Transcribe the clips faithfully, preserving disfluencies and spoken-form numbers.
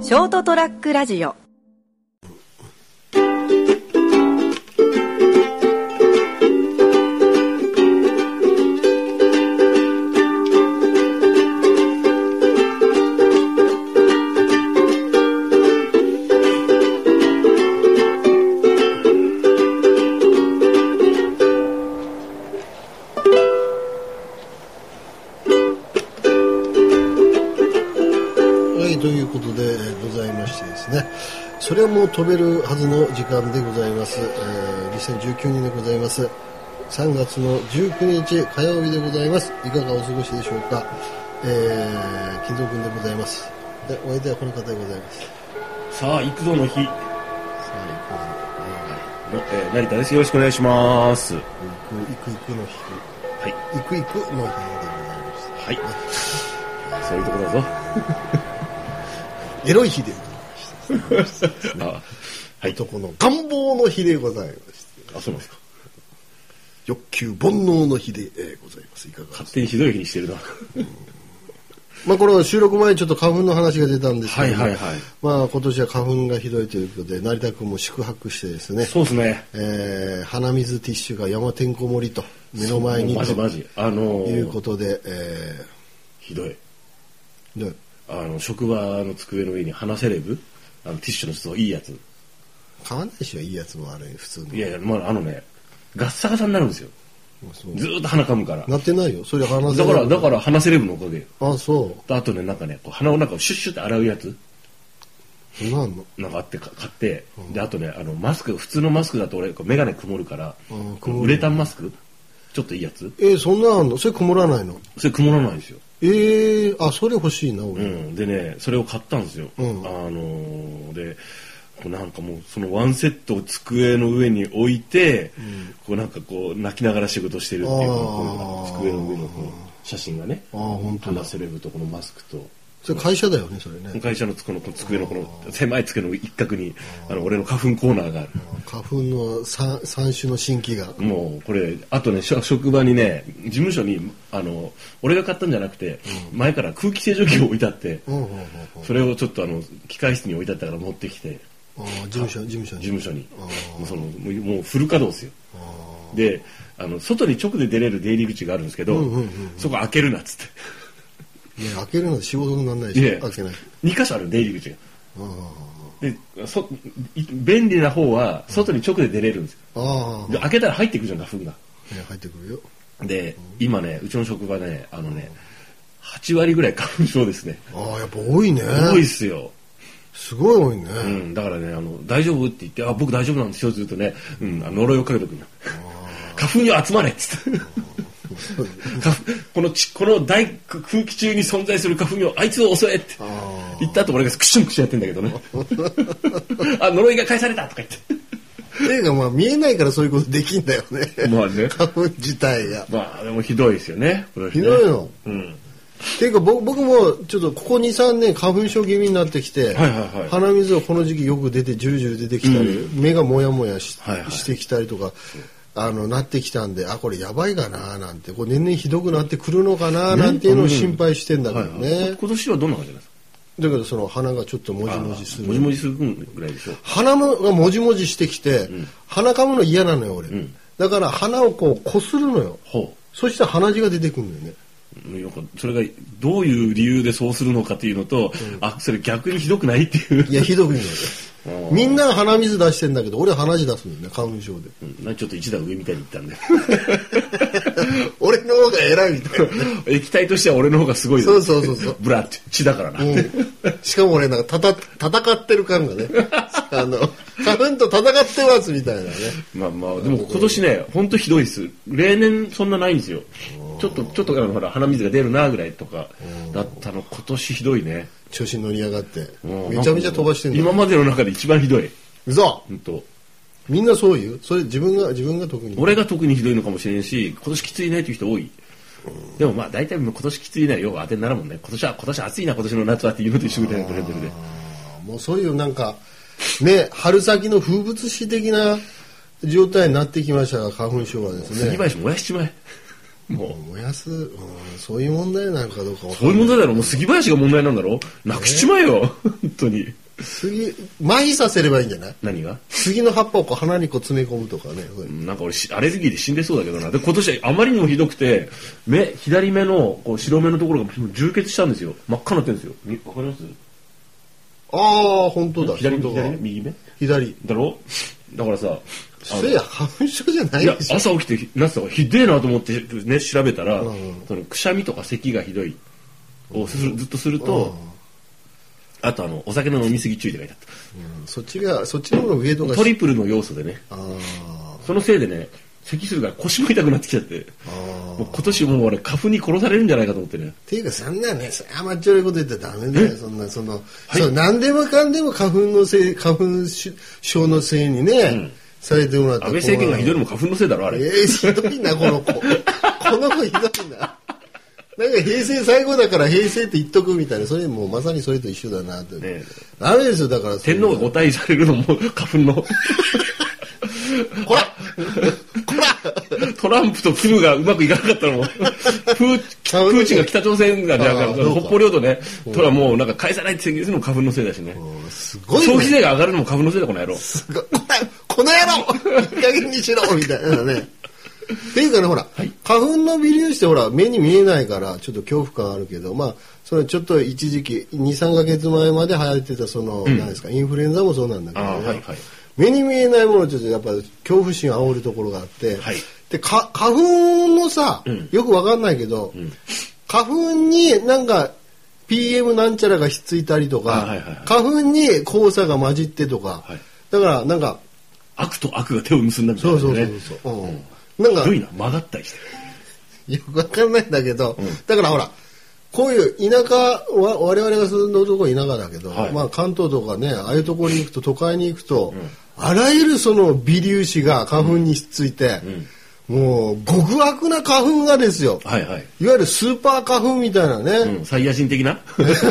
ショートトラックラジオ。 それはもう飛べるはずの時間でございます、えー、にせんじゅうきゅうねんでございます。さんがつのじゅうくにち火曜日でございます。いかがお過ごしでしょうか。えー、金蔵君でございます。でお相手はこの方でございます。 さあ行くぞの日、さあ行くぞ、 えーえー、成田です。よろしくお願いします。 行く行く行くの日、 はい、 行く行くの日でございます。 はい、ね、そういうとこだぞエロい日であ、はい、 男の願望の日でございまして、 あ、そうなんですか。 欲求煩悩の日で、えー、ございます。いかがですか。 勝手にひどい日にしてるなまあこれは収録前にちょっと花粉の話が出たんですけども、 はいはいはい、 まあ今年は花粉がひどいということで成田君も宿泊してですね、 そうですね、 えー、鼻水ティッシュが山てんこ盛りと目の前にマジマジ、あのー、 いうことで、えー、ひどい、 ね、 あの職場の机の上に鼻セレブ、あのティッシュの質いいやつ、 変わんないしはいいやつもある普通の。 いやいや、まあ、あのねガッサガサになるんですよ。ずーっと鼻かむから。 なってないよそれ鼻セレブだからだから鼻セレブのおかげ。 あ、そうあとね、なんかねこう鼻の中をシュッシュって洗うやつなんのなんかあって買って、うん、であとねあのマスク、普通のマスクだと俺眼鏡曇るから、うん、ウレタンマスクちょっといいやつ。 えー、そんなあんの。それ曇らないの。 それ曇らないんですよ。 えー、あ、それ欲しいな俺、 うん、でねそれを買ったんですよ、うん、あのー、でなんかもうそのワンセットを机の上に置いて、うん、こうなんかこう泣きながら仕事してるっていう、この机の上のこの写真がね、 あ、本当だ。 鼻セレブとこのマスクと、 それ会社だよねそれね。 会社のこの机のこの狭い机の一角にあの俺の花粉コーナーがある。 花粉の 3, 三種の新規がもうこれあとね職場にね事務所にあの俺が買ったんじゃなくて、うん、前から空気清浄機を置いてあって、うんうんうんうん、それをちょっとあの機械室に置いてあったから持ってきて、 あ、事務所事務所に事務所にもうそのもうフル稼働ですよ。であの外に直で出れる出入り口があるんですけど、うんうんうんうん、そこ開けるなっつっていや開けるので仕事にならないし、 ね、 開けない。 にかしょある出入り口が。でそ便利な方は外に直で出れるんですよ。あで開けたら入ってくるじゃん花粉が。 いや入ってくるよ。 で、うん、今ねうちの職場ねあのねはちわりぐらい花粉症ですね。 ああやっぱ多いね。 多いっすよ。 すごい多いね。 うん、だからねあの大丈夫って言ってあ僕大丈夫なんですよって言うとね、うん、呪いをかけとくんだ。花粉よ集まれっつってこのちこの大空気中に存在する花粉よあいつを襲えって言った後俺がクシュンクシュンやってんだけどねあ呪いが返されたとか言ってていうかまあ見えないからそういうことできんだよね。 まあね花粉自体がまあでもひどいですよね。これねひどいの。 うん。 っていうか僕もちょっとここ にさんねん花粉症気味になってきて、 はいはいはい、 鼻水がこの時期よく出てジュルジュル出てきたり、うん、目がモヤモヤ し,、はいはい、してきたりとかあのなってきたんであこれやばいかななんてこれ年々ひどくなってくるのかななんていうのを心配してんだけどね、うんはいはい、 今年はどんな感じなんですか。 だけどその鼻がちょっともじもじするもじもじするぐらいでしょ。 鼻がもじもじしてきて、うん、鼻かむの嫌なのよ俺、うん、だから鼻をこうこするのよ。ほうそしたら鼻血が出てくるんだよね。 それがどういう理由でそうするのかっていうのと、うん、あそれ逆にひどくないっていう。 いやひどくないよみんな鼻水出してんだけど俺は鼻血出すんだよね花粉症で、 うん、なんかちょっと一段上みたいに言ったんで俺の方が偉いみたいな、 ね、液体としては俺の方がすごい、ね、 そうそうそうそうブラって血だからな、うん、 しかも俺なんかたた戦ってる感がねあの花粉と戦ってますみたいなね。 まあまあでも今年ね本当ひどいです。例年そんなないんですよ。ちょっとちょっとほら鼻水が出るなぐらいとかだったの今年ひどいね。 調子に乗り上がってめちゃめちゃ飛ばしてんだ。 今までの中で一番ひどい。 嘘。 本当。 みんなそういうそれ自分が自分が特に。 俺が特にひどいのかもしれんし今年きついねっていう人多い。でもまあ大体今年きついねよく当てになるもんね。今年は今年暑いな今年の夏はっていうのと一緒みたいなレベルで。 もうそういうなんかね春先の風物詩的な状態になってきましたが花粉症はですね。 杉林燃やしちまえ。 もう燃やす、うん、そういう問題なのかどうかわかんない。 そういう問題だろ。もう杉林が問題なんだろ。なくしちまえよ、本当に。 杉、麻痺させればいいんじゃない？ 何が？ 杉の葉っぱをこう鼻にこう詰め込むとかね。 なんか俺アレルギーで死んでそうだけどな。で今年あまりにもひどくて、目左目のこう白目のところが充血したんですよ。真っ赤になってるんですよ。わかります？ ああ、本当だ。 左目、左目、右目？ 左。 だろ？だからさ、 それや花粉症じゃないでしょ。 いや朝起きてなってたからひでえなと思ってね調べたら、 うん、 そのくしゃみとか咳がひどいをするずっとすると、うん、あとあのお酒の飲みすぎ注意って書いてあった。 うん、そっちがそっちの方が上とかトリプルの要素でね。 あそのせいでね咳するから腰も痛くなってきちゃって、もう今年もう俺花粉に殺されるんじゃないかと思ってね。 っていうかそんなね甘っちょろいこと言ったらダメだよ。そんなその、はい、そう何でもかんでも花粉のせい花粉症のせいにね、うん、されてもらった。 安倍政権がひどいのも花粉のせいだろあれ。 えー、ひどいなこの子。この子ひどいな。なんか平成最後だから平成って言っとくみたいな、それもうまさにそれと一緒だなって。ね、ダメですよだから天皇がご退位されるのも花粉の。 こらこらトランプとキムがうまくいかなかったのもプープーチンが北朝鮮がじゃあ北方領土ねとはもうなんか返さないって宣言するのも花粉のせいだしね。 すごいね。 消費税が上がるのも花粉のせいだこの野郎。 すごいこの野郎いい加減にしろみたいなね。っていうかねほら、はい、花粉の微粒子ってほら目に見えないからちょっと恐怖感あるけど、まあそれちょっと一時期 に,さん ヶ月前まで流行ってたその、うん、何ですかインフルエンザもそうなんだけど、ね、はいはい、目に見えないものちょっとやっぱ恐怖心を煽るところがあって、はい、でか花粉のさ、うん、よくわかんないけど、うん、花粉になんか ピーエム なんちゃらがひっついたりとか、はいはいはい、花粉に黄砂が混じってとか、はい、だからなんか悪と悪が手を結んだみたいなね。 そうそうそうそう、うんなんかひどいな曲がったりしてよくわかんないんだけど、うん、だからほらこういう田舎は我々が住んでるところ田舎だけど、はい、まあ関東とかねああいうところに行くと都会に行くと、うん、あらゆるその微粒子が花粉にひっついて、うん、もう極悪な花粉がですよ、はいはい、いわゆるスーパー花粉みたいなね、 うん、サイヤ人的な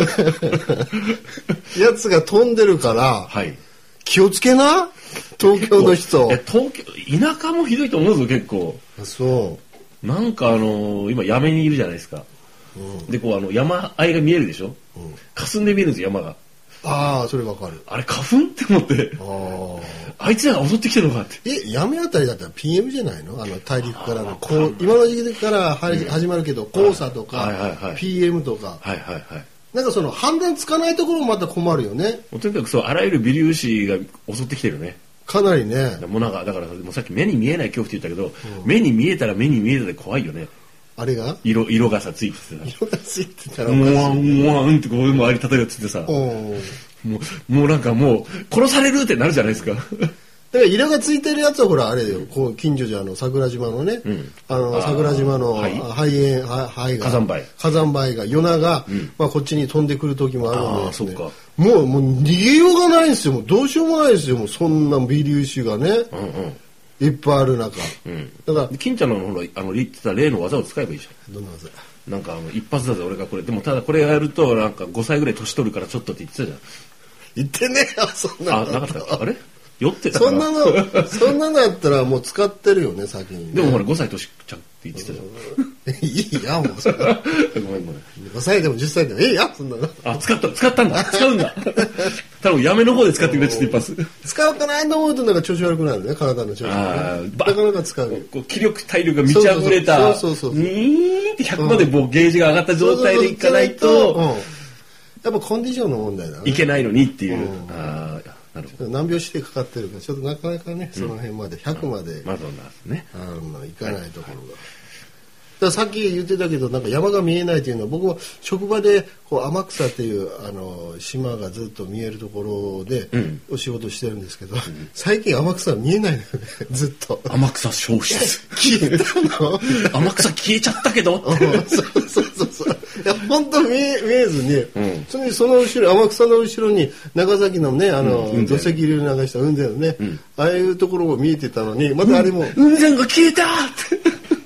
やつが飛んでるから、はい、気をつけな東京の人。 東京田舎もひどいと思うぞ結構。 そうなんかあのー、今山にいるじゃないですか、うん、でこうあの山あいが見えるでしょ、うん、霞んで見えるんですよ山が。 ああそれわかる。 あれ花粉って思ってああいつらが襲ってきてるのかって。 え山あたりだったら ピーエム じゃないの？あの大陸からのこう今の時期から始まるけど、うん、黄砂とか、はいはいはい、ピーエム とか、はいはいはい、なんかその判断つかないところもまた困るよね。 とにかくそうあらゆる微粒子が襲ってきてるね。 かなりね。 もうなんかだからもうさっき目に見えない恐怖って言ったけど、うん、目に見えたら目に見えたで怖いよね。 あれが色色がさついてて色がついてたらもわんもわんってこう周り漂っててさ、もうもうなんかもう殺されるってなるじゃないですか。 だから色がついてるやつはほらあれよ、こう近所じゃあの桜島のね、うん、あの桜島の肺炎肺が火山灰火山灰が夜長、うん、まあこっちに飛んでくる時もあるのでですね、もうもう逃げようがないんですよ。もうどうしようもないですよ。もうそんな微粒子がね、うんうん、いっぱいある中、うん、だから金ちゃんのほらあの言ってた例の技を使えばいいじゃん。 どんな技？ なんかあの一発だぜ俺がこれでもただこれやるとなんかごさいぐらい年取るからちょっとって言ってたじゃん。 言ってねえよそんなの。 あなかったあれ？酔ってたかそんなのそんなのやったらもう使ってるよね先に、ね、 でもほらごさい年ちゃんって言ってたじゃん。 いいやもうそれごめんごめんごさいでもじゅっさいでもいいやそんなの。 あ使った使ったんだ使うんだ多分やめの方で使ってくれちょっと一発使おうかなと思うとなんか調子悪くなるね体の調子が、ね、なかなか使うこう気力体力が満ち溢れたそうそうそうにーってひゃくまでもうゲージが上がった状態でいかないとやっぱコンディションの問題だね。 いけないのにっていう、うん、あ難病指定かかってるからちょっとなかなかね、うん、その辺までひゃくまで、 まだなんですね、 あのいかないところが、はい、だからさっき言ってたけどなんか山が見えないというのは僕は職場でこう天草っていうあの島がずっと見えるところでお仕事してるんですけど、うん、最近天草見えないのよねずっと。 天草消失消えたの天草消えちゃったけどそうそうそうそういや本当見え見えずに、うん、そのその後ろ天草の後ろに長崎のねあの、うん、土石流流した雲仙のね、うん、ああいうところも見えてたのにまたあれも、 うん、雲仙が消えたって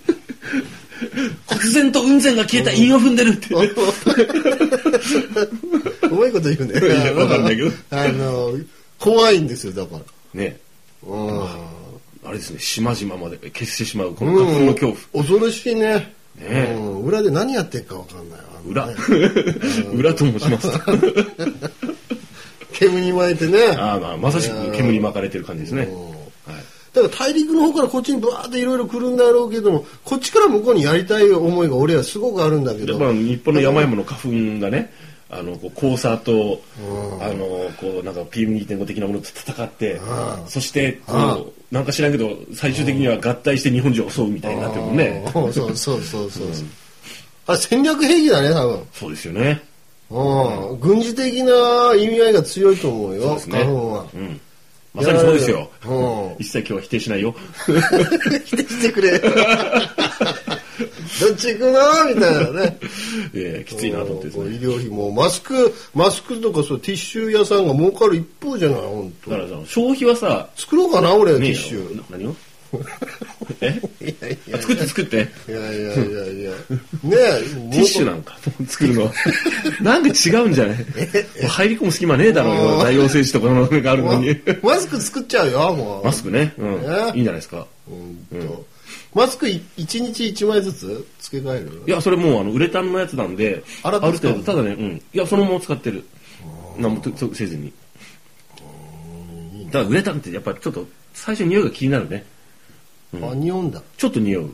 忽然と雲仙が消えた韻を踏んでるってうまいこと言うね。 いや分かんないけどあの怖いんですよだからね。うんあれですね島々まで消してしまうこの花粉の恐怖、 うん、恐ろしいね。 ね、 うん、裏で何やってるか分かんないわ、 ね、裏裏と申します煙に巻いてね。 あ、まあ、まさしく煙に巻かれてる感じですね、はい、 だから大陸の方からこっちにバーっていろいろ来るんだろうけども、こっちから向こうにやりたい思いが俺はすごくあるんだけど、 まあ、日本の山々の花粉がね、あのこう黄砂と、あのこうなんか ピーエムにてんご 的なものと戦って、そしてこうなんか知らんけど最終的には合体して日本人を襲うみたいになってるもんね。 そうそうそうそうそう、うん、あ、戦略兵器だね多分。 そうですよね。 うん、軍事的な意味合いが強いと思うよ。 そうですね。花粉は、うん、まさにそうですよ。うん、一切今日は否定しないよ。 否定してくれ。どっち行くのみたいなね。 えー、きついなと思ってですね。 医療費もマスクマスクとかそうティッシュ屋さんが儲かる一方じゃない本当。 だからさ消費はさ作ろうかな俺、ね、ティッシュ。 何を？え？いやいや作って作って。 いやいやいやいや。ねえティッシュなんか作るの。なんで違うんじゃない？入り込む隙間ねえだろうよ。大王製紙とかのがあるのに。 マスク作っちゃうよもう。 マスクね。うん。いいんじゃないですか。 うん。マスクいちにちいちまいずつ付け替える？ いやそれもうあのウレタンのやつなんである程度ただね、うん、いやそのまま使ってる。何もせずに。ただウレタンってやっぱりちょっと最初匂いが気になるね。 うん、あ、匂うんだ。 ちょっと匂う。うん。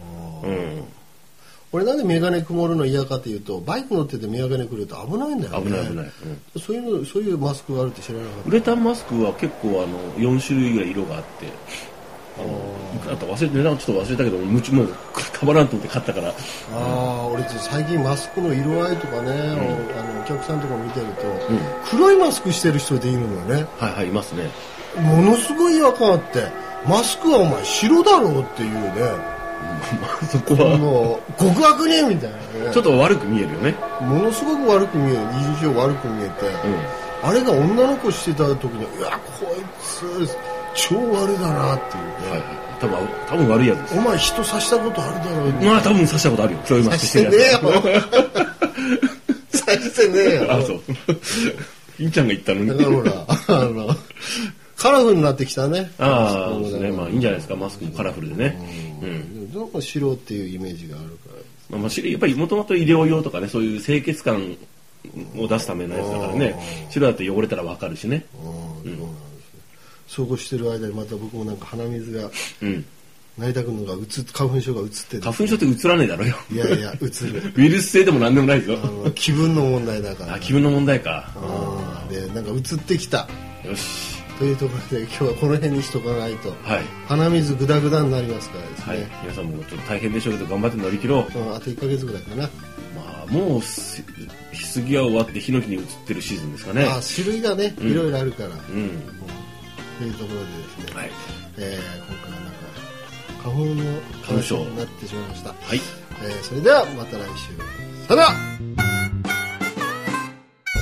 俺なんでメガネ曇るの嫌かというと、バイク乗っててメガネ来ると危ないんだよね。 危ない危ない。 うん、そういうのそういうマスクがあるって知らなかった。 ウレタンマスクは結構あのよんしゅるいぐらい色があって。あのあと忘れて値段ちょっと忘れたけどもうもうたまらんと思って買ったから。ああ、俺最近マスクの色合いとかね、うん、あのお客さんとか見てると、うん、黒いマスクしてる人でいるのよね。 はいはいいますね。 ものすごい違和感あって、マスクはお前白だろうっていうね。 うん、そこはもう極悪人みたいなね。 ちょっと悪く見えるよね。 ものすごく悪く見える、印象悪く見えて、うん、あれが女の子してた時に、いやこいつ超悪だなっていうね。はいはい、 多分多分悪いやつです。 お前人刺したことあるだろう。 まあ多分刺したことあるよ。そういうマスクしてるやつ。 刺してねえよ。刺してねえよ。あ、そう。 金ちゃんが言ったのに。 だからほらあのカラフルになってきたね。 ああ、そうですね。まあいいんじゃないですか。マスクもカラフルでね。 うん。うん、どうも白っていうイメージがあるから。 まあまあ白やっぱりもともと医療用とかね、そういう清潔感を出すためのやつだからね。白だって汚れたらわかるしね。 うん。そうこうしてる間にまた僕もなんか鼻水が、うん、成田君のがうつ花粉症がうつってる。 花粉症ってうつらねえだろよ。 いやいやうつる。 ウイルス性でもなんでもないですよ。 気分の問題だから、ね。 あ、気分の問題か。 でなんかうつってきた。 よし。 というところで今日はこの辺にしとかないと、 はい、 鼻水グダグダになりますからですね。はい、 皆さんもちょっと大変でしょうけど頑張って乗り切ろう。 うん、あといっかげつぐらいかな。 まあもう杉は終わってヒノキに移ってるシーズンですかね。 あ、種類がね、うん、いろいろあるから。うん。うんというところでですね、はい、えー、今回はなんか花粉の話になってしまいました。はい、えー、それではまた来週。さよなら。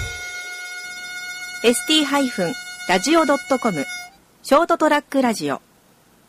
エスティー ラジオ ドットコム ショートトラックラジオ